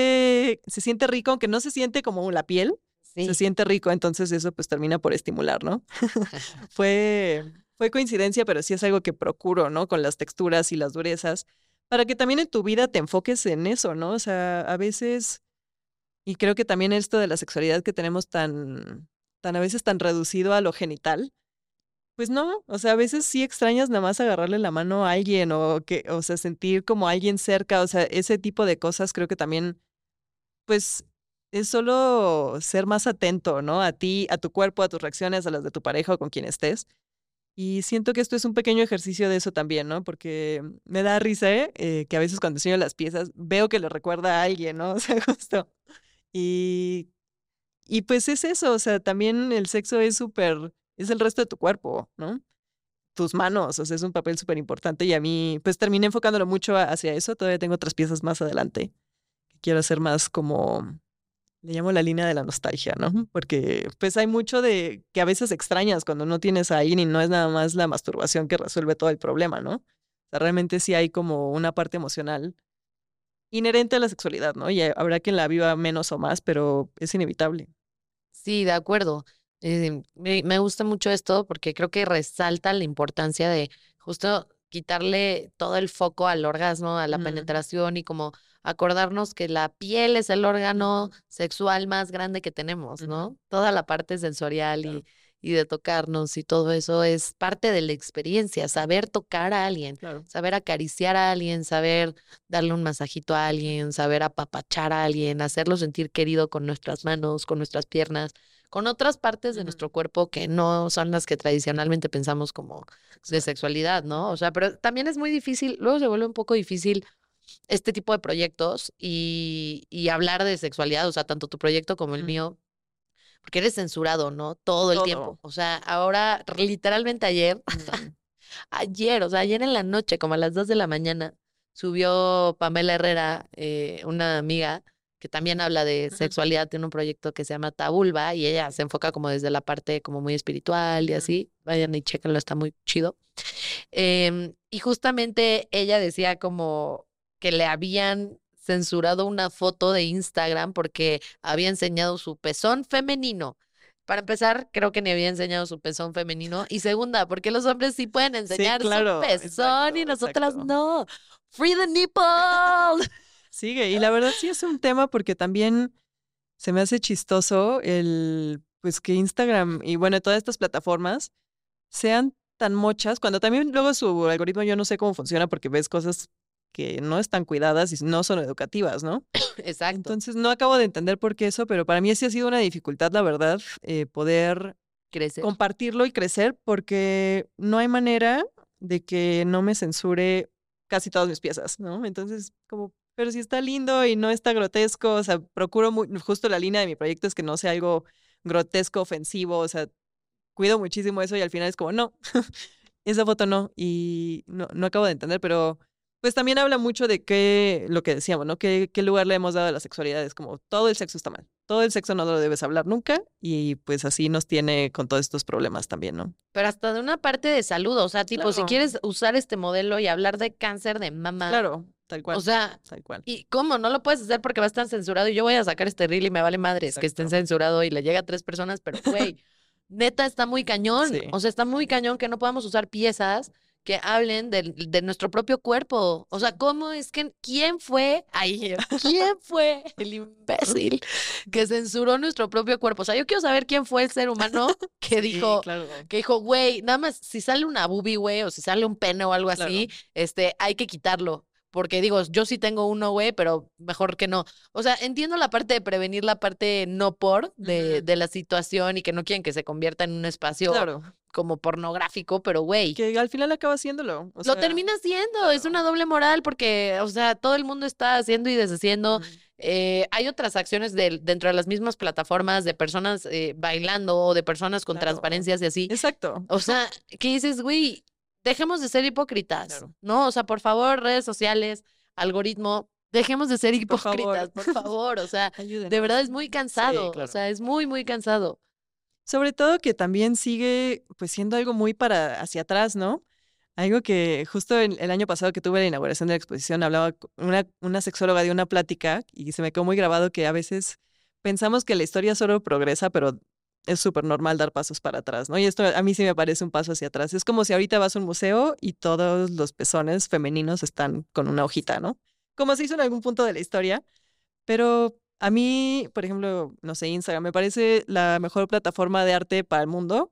se siente rico, aunque no se siente como la piel, se Sí. siente rico, entonces eso pues termina por estimular, ¿no? Fue, fue coincidencia, pero sí es algo que procuro, ¿no? Con las texturas y las durezas, para que también en tu vida te enfoques en eso, ¿no? O sea, a veces, y creo que también esto de la sexualidad que tenemos tan a veces tan reducido a lo genital, pues no, o sea, a veces sí extrañas nada más agarrarle la mano a alguien o sea, sentir como alguien cerca, o sea, ese tipo de cosas creo que también, pues, es solo ser más atento, ¿no? A ti, a tu cuerpo, a tus reacciones, a las de tu pareja o con quien estés. Y siento que esto es un pequeño ejercicio de eso también, ¿no? Porque me da risa, que a veces cuando enseño las piezas veo que le recuerda a alguien, ¿no? O sea, justo. Y, y pues es eso, o sea, también el sexo es el resto de tu cuerpo, ¿no? Tus manos, o sea, es un papel súper importante y a mí, pues terminé enfocándolo mucho hacia eso. Todavía tengo otras piezas más adelante que quiero hacer más como, le llamo la línea de la nostalgia, ¿no? Porque pues hay mucho de que a veces extrañas cuando no tienes a alguien y no es nada más la masturbación que resuelve todo el problema, ¿no? O sea, realmente sí hay como una parte emocional inherente a la sexualidad, ¿no? Y habrá quien la viva menos o más, pero es inevitable. Sí, de acuerdo. Me gusta mucho esto porque creo que resalta la importancia de justo quitarle todo el foco al orgasmo, a la Ujú, penetración y como acordarnos que la piel es el órgano sexual más grande que tenemos, ujú, ¿no? Toda la parte sensorial claro, y de tocarnos y todo eso es parte de la experiencia, saber tocar a alguien, claro. saber acariciar a alguien, saber darle un masajito a alguien, saber apapachar a alguien, hacerlo sentir querido con nuestras manos, con nuestras piernas, con otras partes de Ujú, nuestro cuerpo que no son las que tradicionalmente pensamos como de exacto. sexualidad, ¿no? O sea, pero también es muy difícil, luego se vuelve un poco difícil este tipo de proyectos y hablar de sexualidad, o sea, tanto tu proyecto como el mío, porque eres censurado, ¿no? Todo el tiempo. O sea, ahora, literalmente ayer, o sea, ayer en la noche, como a las 2 de la mañana, subió Pamela Herrera, una amiga que también habla de sexualidad, tiene un proyecto que se llama Tabulba y ella se enfoca como desde la parte como muy espiritual y así. Vayan y chéquenlo, está muy chido. Y justamente ella decía como que le habían censurado una foto de Instagram porque había enseñado su pezón femenino. Para empezar, creo que ni había enseñado su pezón femenino. Y segunda, porque los hombres sí pueden enseñar claro, su pezón y nosotras exacto. no. ¡Free the nipple! Sigue, y la verdad sí es un tema porque también se me hace chistoso pues que Instagram y bueno, todas estas plataformas sean tan mochas, cuando también luego su algoritmo yo no sé cómo funciona porque ves cosas que no están cuidadas y no son educativas, ¿no? Exacto. Entonces no acabo de entender por qué eso, pero para mí sí ha sido una dificultad, la verdad, poder Crecer. compartirlo y crecer porque no hay manera de que no me censure casi todas mis piezas, ¿no? Entonces, como, pero si está lindo y no está grotesco, o sea, procuro justo la línea de mi proyecto es que no sea algo grotesco, ofensivo, o sea, cuido muchísimo eso y al final es como, no, esa foto no, y no acabo de entender, pero pues también habla mucho de lo que decíamos, ¿no? ¿Qué lugar le hemos dado a la sexualidad? Es como, todo el sexo está mal, todo el sexo no lo debes hablar nunca y pues así nos tiene con todos estos problemas también, ¿no? Pero hasta de una parte de salud, o sea, tipo, si Claro. quieres usar este modelo y hablar de cáncer de mama, Claro, tal cual. o sea, tal cual. ¿y cómo? No lo puedes hacer porque va a estar censurado y yo voy a sacar este reel y me vale madres que estén Exacto. censurado y le llega a 3 personas, pero güey, neta está muy cañón. Sí. O sea, está muy cañón que no podamos usar piezas que hablen de nuestro propio cuerpo. O sea, ¿cómo es que quién fue? Ay, ¿quién fue el imbécil que censuró nuestro propio cuerpo? O sea, yo quiero saber quién fue el ser humano que Sí, dijo, claro. güey, nada más si sale una boobie, güey, o si sale un pene o algo así, hay que quitarlo. Porque digo, yo sí tengo uno, güey, pero mejor que no. O sea, entiendo la parte de prevenir, la parte no de la situación y que no quieren que se convierta en un espacio Claro. como pornográfico, pero güey, Que al final acaba haciéndolo. O lo sea, termina haciendo, es una doble moral porque, o sea, todo el mundo está haciendo y deshaciendo. Hay otras acciones dentro de las mismas plataformas de personas bailando o de personas con Claro. transparencias y así. Exacto. O sea, ¿qué dices, güey? Dejemos de ser hipócritas, Claro. ¿no? O sea, por favor, redes sociales, algoritmo, dejemos de ser hipócritas, por favor. O sea, de verdad es muy cansado. Sí, claro. O sea, es muy, muy cansado. Sobre todo que también sigue pues siendo algo muy para hacia atrás, ¿no? Algo que justo el año pasado que tuve la inauguración de la exposición hablaba una sexóloga de una plática y se me quedó muy grabado que a veces pensamos que la historia solo progresa, pero es súper normal dar pasos para atrás, ¿no? Y esto a mí sí me parece un paso hacia atrás. Es como si ahorita vas a un museo y todos los pezones femeninos están con una hojita, ¿no? Como se hizo en algún punto de la historia, pero a mí, por ejemplo, no sé, Instagram me parece la mejor plataforma de arte para el mundo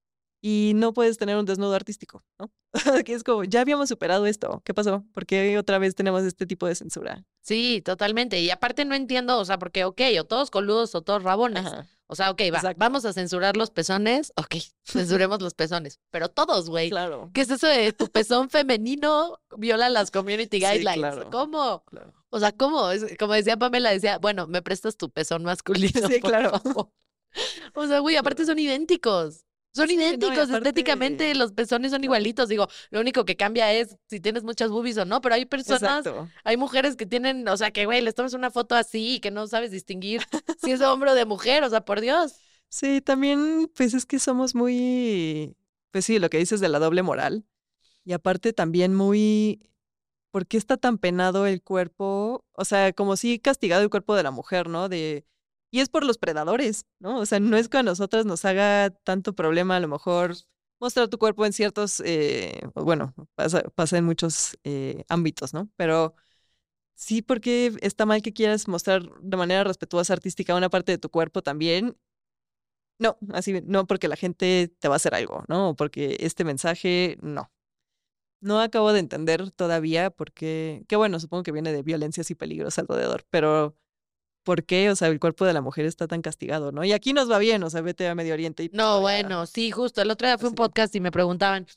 y no puedes tener un desnudo artístico, ¿no? Que es como, ya habíamos superado esto, ¿qué pasó? ¿Por qué otra vez tenemos este tipo de censura? Sí, totalmente. Y aparte no entiendo, o sea, porque, ok, o todos coludos o todos rabones. Ajá. O sea, ok, va, Exacto. vamos a censurar los pezones, ok, censuremos los pezones, pero todos, güey. Claro. ¿Qué es eso de tu pezón femenino viola las community Sí, guidelines? claro. ¿Cómo? Claro. O sea, ¿cómo? Como decía Pamela, decía, bueno, me prestas tu pezón masculino, Sí, por claro. favor. O sea, güey, aparte son idénticos. Son Sí, no, y idénticos, aparte, estéticamente los pezones son claro. igualitos. Digo, lo único que cambia es si tienes muchas boobies o no, pero hay personas, Exacto. hay mujeres que tienen, o sea, que güey, les tomas una foto así y que no sabes distinguir si es de hombre o de mujer, o sea, por Dios. Sí, también, pues es que somos muy, pues sí, lo que dices de la doble moral. Y aparte también muy, ¿por qué está tan penado el cuerpo? O sea, como si castigado el cuerpo de la mujer, ¿no? Y es por los predadores, ¿no? O sea, no es que a nosotras nos haga tanto problema a lo mejor mostrar tu cuerpo en ciertos, bueno, pasa en muchos ámbitos, ¿no? Pero sí, porque está mal que quieras mostrar de manera respetuosa, artística, una parte de tu cuerpo también. No, así, no porque la gente te va a hacer algo, ¿no? O porque este mensaje, no. No acabo de entender todavía por qué, que bueno, supongo que viene de violencias y peligros alrededor, pero ¿por qué? O sea, el cuerpo de la mujer está tan castigado, ¿no? Y aquí nos va bien, o sea, vete a Medio Oriente y No, todavía bueno, sí, justo. El otro día fue un así. podcast y me preguntaban,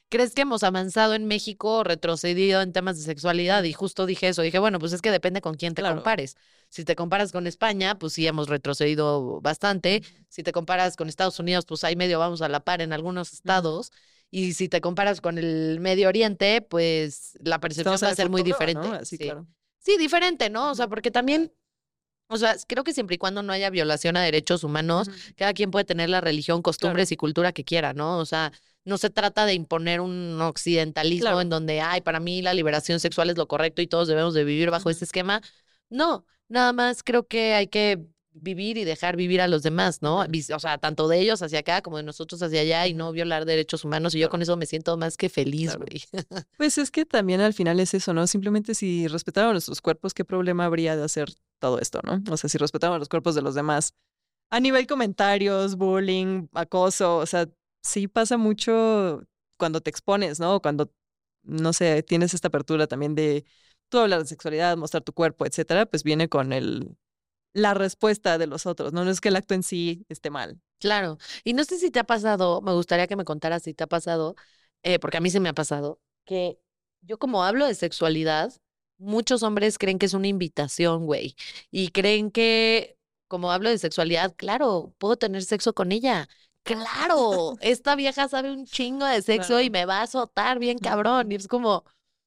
¿crees que hemos avanzado en México o retrocedido en temas de sexualidad? Y justo dije eso, dije, bueno, pues es que depende con quién te Claro. compares. Si te comparas con España, pues sí hemos retrocedido bastante. Si te comparas con Estados Unidos, pues ahí medio vamos a la par en algunos estados. Y si te comparas con el Medio Oriente, pues la percepción Estamos en va a el ser muy futuro, diferente. ¿no? Así, Sí. claro. Sí, diferente, ¿no? O sea, Ujú. porque también, o sea, creo que siempre y cuando no haya violación a derechos humanos, Ujú. cada quien puede tener la religión, costumbres Claro. y cultura que quiera, ¿no? O sea, no se trata de imponer un occidentalismo Claro. en donde, ay, para mí la liberación sexual es lo correcto y todos debemos de vivir bajo Ujú. ese esquema. No, nada más creo que hay que vivir y dejar vivir a los demás, ¿no? Ujú. O sea, tanto de ellos hacia acá como de nosotros hacia allá y no Ujú. violar derechos humanos. Y yo con Claro. eso me siento más que feliz, Claro. güey. Pues es que también al final es eso, ¿no? Simplemente si respetáramos nuestros cuerpos, ¿qué problema habría de hacer todo esto, no? O sea, si respetamos los cuerpos de los demás a nivel comentarios, bullying, acoso, o sea, sí pasa mucho cuando te expones, ¿no? Cuando, no sé, tienes esta apertura también de tú hablar de sexualidad, mostrar tu cuerpo, etcétera, pues viene con la respuesta de los otros, ¿no? No es que el acto en sí esté mal. Claro. Y no sé si te ha pasado, me gustaría que me contaras si te ha pasado, porque a mí se me ha pasado, que yo como hablo de sexualidad, muchos hombres creen que es una invitación, güey, y creen que como hablo de sexualidad, claro, puedo tener sexo con ella. Claro, esta vieja sabe un chingo de sexo y Claro. me va a azotar bien cabrón. Y es como,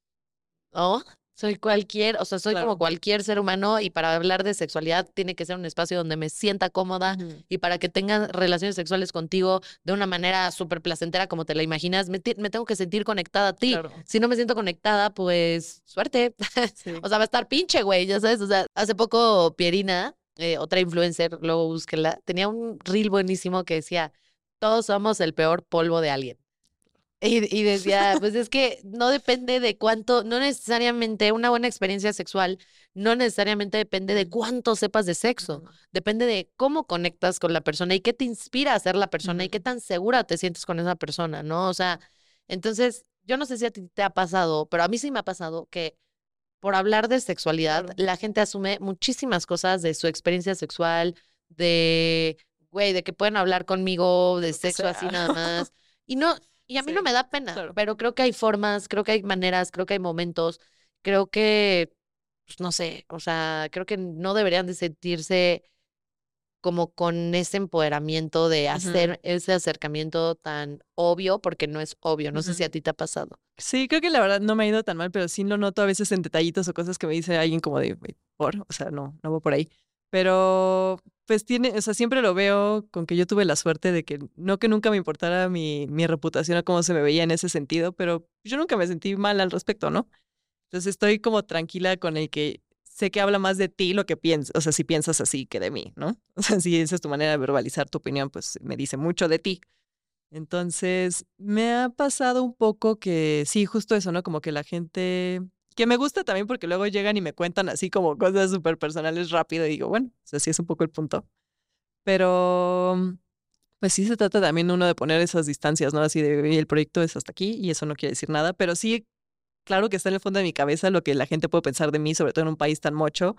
¿no? Soy cualquier, o sea, soy como Claro. cualquier ser humano y para hablar de sexualidad tiene que ser un espacio donde me sienta cómoda Ujú. y para que tengan relaciones sexuales contigo de una manera súper placentera como te la imaginas, me tengo que sentir conectada a ti. Claro. Si no me siento conectada, pues suerte. Sí. O sea, va a estar pinche, güey, ya sabes. O sea, hace poco Pierina, otra influencer, luego búsquenla, tenía un reel buenísimo que decía, todos somos el peor polvo de alguien. Y decía, pues es que no depende de cuánto, no necesariamente una buena experiencia sexual, no necesariamente depende de cuánto sepas de sexo, Ujú. depende de cómo conectas con la persona y qué te inspira a ser la persona y qué Ujú. tan segura te sientes con esa persona, ¿no? O sea, entonces, yo no sé si a ti te ha pasado, pero a mí sí me ha pasado que por hablar de sexualidad, Claro. la gente asume muchísimas cosas de su experiencia sexual, de, güey, de que pueden hablar conmigo de Lo que sexo así sea. nada más. Y no, y a mí no Sí. me da pena, Claro. pero creo que hay formas, creo que hay maneras, creo que hay momentos, creo que, pues no sé, o sea, creo que no deberían de sentirse como con ese empoderamiento de Ujú. hacer ese acercamiento tan obvio, porque no es obvio. No sé si Ujú. a ti te ha pasado. Sí, creo que la verdad no me ha ido tan mal, pero sí lo noto a veces en detallitos o cosas que me dice alguien como de, "Güey, o sea, no voy por ahí". Pero pues tiene, o sea, siempre lo veo con que yo tuve la suerte de que no que nunca me importara mi reputación o cómo se me veía en ese sentido, pero yo nunca me sentí mal al respecto, ¿no? Entonces estoy como tranquila con el que sé que habla más de ti lo que piensas, o sea, si piensas así que de mí, ¿no? O sea, si esa es tu manera de verbalizar tu opinión, pues me dice mucho de ti. Entonces, me ha pasado un poco que sí, justo eso, ¿no? Como que la gente, que me gusta también porque luego llegan y me cuentan así como cosas súper personales rápido y digo, bueno, o sea, sí es un poco el punto. Pero, pues sí se trata también uno de poner esas distancias, ¿no? Así de, "Oye, el proyecto es hasta aquí y eso no quiere decir nada", pero sí, claro que está en el fondo de mi cabeza lo que la gente puede pensar de mí, sobre todo en un país tan mocho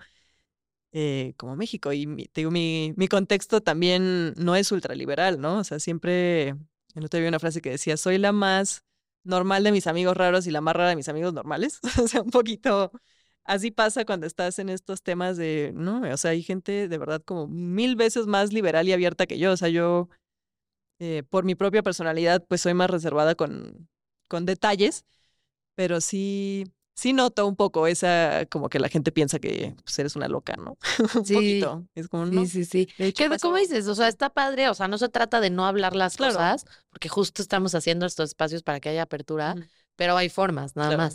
como México. Y te digo, mi contexto también no es ultraliberal, ¿no? O sea, siempre, el otro día vi una frase que decía, soy la más normal de mis amigos raros y la más rara de mis amigos normales. O sea, un poquito así pasa cuando estás en estos temas de, no, o sea, hay gente de verdad como 1000 veces más liberal y abierta que yo. O sea, yo, por mi propia personalidad, pues soy más reservada con detalles, pero sí noto un poco esa, como que la gente piensa que pues, eres una loca, ¿no? Un Sí, poquito. Es como, sí, no. sí, sí. De hecho, ¿Cómo pasó. dices? O sea, Sí. está padre, o sea, no se trata de no hablar las Claro. cosas, porque justo estamos haciendo estos espacios para que haya apertura, Ujú. pero hay formas, nada Claro. más.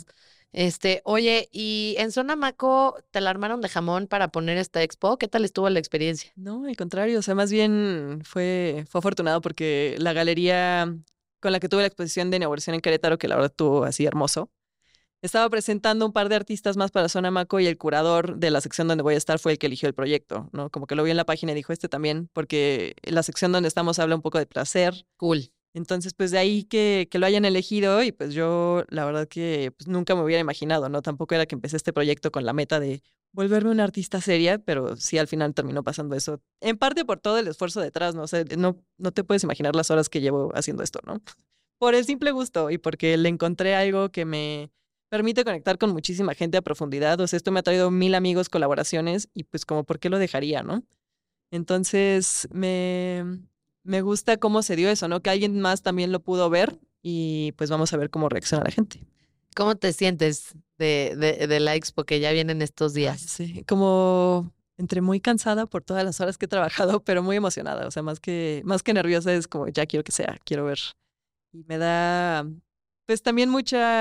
Oye, ¿y en Zona Maco te la armaron de jamón para poner esta expo? ¿Qué tal estuvo la experiencia? No, al contrario, o sea, más bien fue afortunado porque la galería con la que tuve la exposición de inauguración en Querétaro, que la verdad estuvo así hermoso, estaba presentando un par de artistas más para Zona Maco y el curador de la sección donde voy a estar fue el que eligió el proyecto, ¿no? Como que lo vi en la página y dijo este también, porque la sección donde estamos habla un poco de placer. Cool. Entonces, pues de ahí que lo hayan elegido y pues yo la verdad que pues, nunca me hubiera imaginado, ¿no? Tampoco era que empecé este proyecto con la meta de volverme una artista seria, pero sí al final terminó pasando eso. En parte por todo el esfuerzo detrás, ¿no? O sea, no te puedes imaginar las horas que llevo haciendo esto, ¿no? por el simple gusto y porque le encontré algo que me permite conectar con muchísima gente a profundidad. O sea, esto me ha traído 1000 amigos, colaboraciones y pues como, ¿por qué lo dejaría, no? Entonces, me gusta cómo se dio eso, ¿no? Que alguien más también lo pudo ver y pues vamos a ver cómo reacciona la gente. ¿Cómo te sientes de la expo que ya vienen estos Ay, días? sí, como entre muy cansada por todas las horas que he trabajado, pero muy emocionada. O sea, más que nerviosa es como ya quiero que sea, quiero ver. Y me da, pues también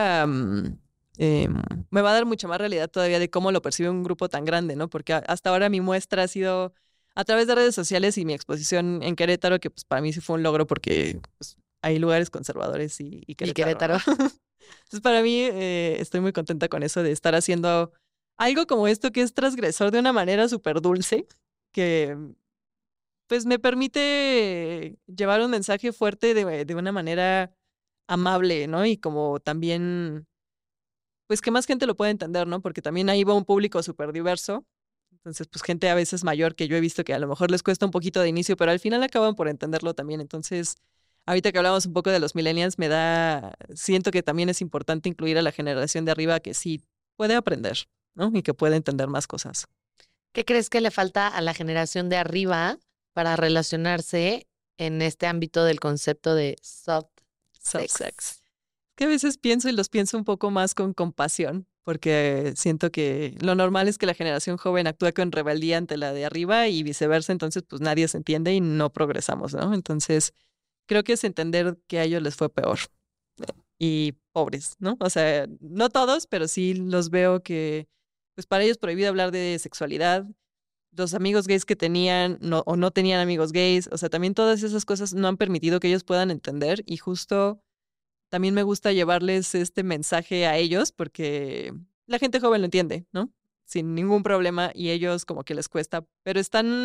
me va a dar mucha más realidad todavía de cómo lo percibe un grupo tan grande, ¿no? Porque hasta ahora mi muestra ha sido a través de redes sociales y mi exposición en Querétaro, que pues para mí sí fue un logro porque pues, hay lugares conservadores y Y Querétaro, Querétaro. ¿no? Entonces para mí estoy muy contenta con eso de estar haciendo algo como esto que es transgresor de una manera súper dulce, que pues me permite llevar un mensaje fuerte de una manera amable, ¿no? Y como también, pues que más gente lo pueda entender, ¿no? Porque también ahí va un público súper diverso. Entonces, pues gente a veces mayor que yo he visto que a lo mejor les cuesta un poquito de inicio, pero al final acaban por entenderlo también. Entonces, ahorita que hablamos un poco de los millennials, siento que también es importante incluir a la generación de arriba que sí puede aprender, ¿no? Y que puede entender más cosas. ¿Qué crees que le falta a la generación de arriba para relacionarse en este ámbito del concepto de soft Soft sex? sex. Que a veces pienso y los pienso un poco más con compasión, porque siento que lo normal es que la generación joven actúe con rebeldía ante la de arriba y viceversa, entonces pues nadie se entiende y no progresamos, ¿no? Entonces creo que es entender que a ellos les fue peor y pobres, ¿no? O sea, no todos, pero sí los veo que pues para ellos prohibido hablar de sexualidad, los amigos gays que tenían o no tenían amigos gays, o sea, también todas esas cosas no han permitido que ellos puedan entender y justo también me gusta llevarles este mensaje a ellos porque la gente joven lo entiende, ¿no? Sin ningún problema y ellos como que les cuesta, pero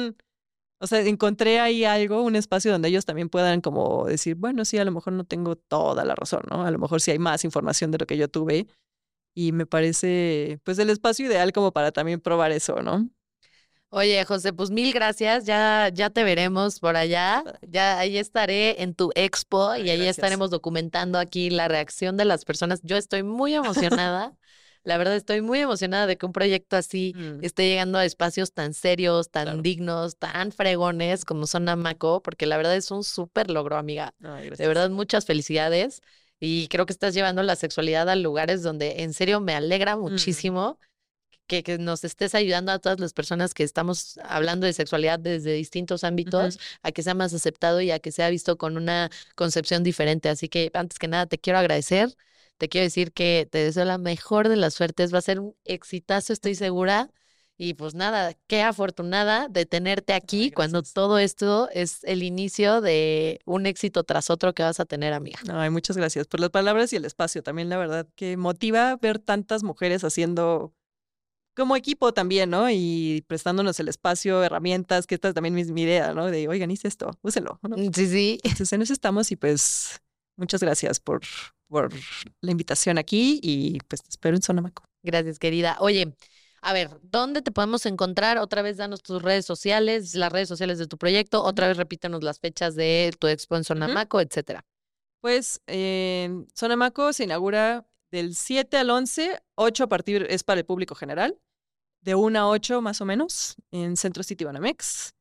o sea, encontré ahí algo, un espacio donde ellos también puedan como decir, bueno, sí, a lo mejor no tengo toda la razón, ¿no? A lo mejor sí hay más información de lo que yo tuve y me parece pues el espacio ideal como para también probar eso, ¿no? Oye, José, pues mil gracias. Ya te veremos por allá. Ya ahí estaré en tu expo y Ay, ahí gracias. estaremos documentando aquí la reacción de las personas. Yo estoy muy emocionada. La verdad, estoy muy emocionada de que un proyecto así Mm, esté llegando a espacios tan serios, tan claro. dignos, tan fregones como son Namaco, porque la verdad es un súper logro, amiga. Ay, De gracias. verdad, muchas felicidades. Y creo que estás llevando la sexualidad a lugares donde en serio me alegra Mm, muchísimo que nos estés ayudando a todas las personas que estamos hablando de sexualidad desde distintos ujú. ámbitos, a que sea más aceptado y a que sea visto con una concepción diferente. Así que antes que nada, te quiero agradecer, te quiero decir que te deseo la mejor de las suertes, va a ser un exitazo, estoy segura. Y pues nada, qué afortunada de tenerte Ay, aquí cuando gracias. todo esto es el inicio de un éxito tras otro que vas a tener, amiga. Ay, muchas gracias por las palabras y el espacio. También la verdad que motiva ver tantas mujeres haciendo como equipo también, ¿no? Y prestándonos el espacio, herramientas, que esta es también mi idea, ¿no? De, oigan, hice esto, úsenlo, ¿no? Sí, sí. Entonces en eso estamos y pues muchas gracias por la invitación aquí y pues te espero en Sonamaco. Gracias, querida. Oye, a ver, ¿dónde te podemos encontrar? Otra vez danos tus redes sociales, las redes sociales de tu proyecto, Ujú, otra vez repítanos las fechas de tu expo en ujú. Sonamaco, etcétera. Pues Sonamaco se inaugura del 7 al 11, 8 a partir es para el público general, de 1 a 8 más o menos, en Centro City Banamex.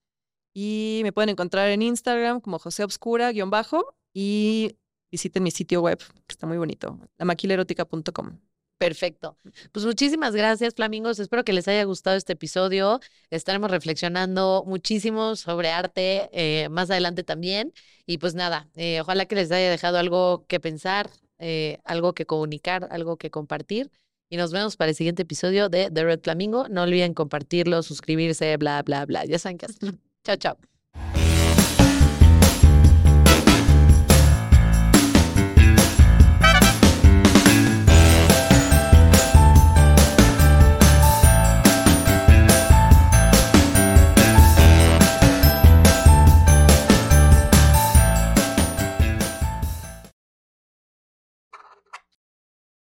Y me pueden encontrar en Instagram como José Obscura _ y visiten mi sitio web, que está muy bonito, lamaquilerótica.com. Perfecto. Pues muchísimas gracias, Flamingos. Espero que les haya gustado este episodio. Estaremos reflexionando muchísimo sobre arte más adelante también. Y pues nada, ojalá que les haya dejado algo que pensar, algo que comunicar, algo que compartir. Y nos vemos para el siguiente episodio de The Red Flamingo. No olviden compartirlo, suscribirse, bla, bla, bla. Ya saben qué hacer. Chao, chao.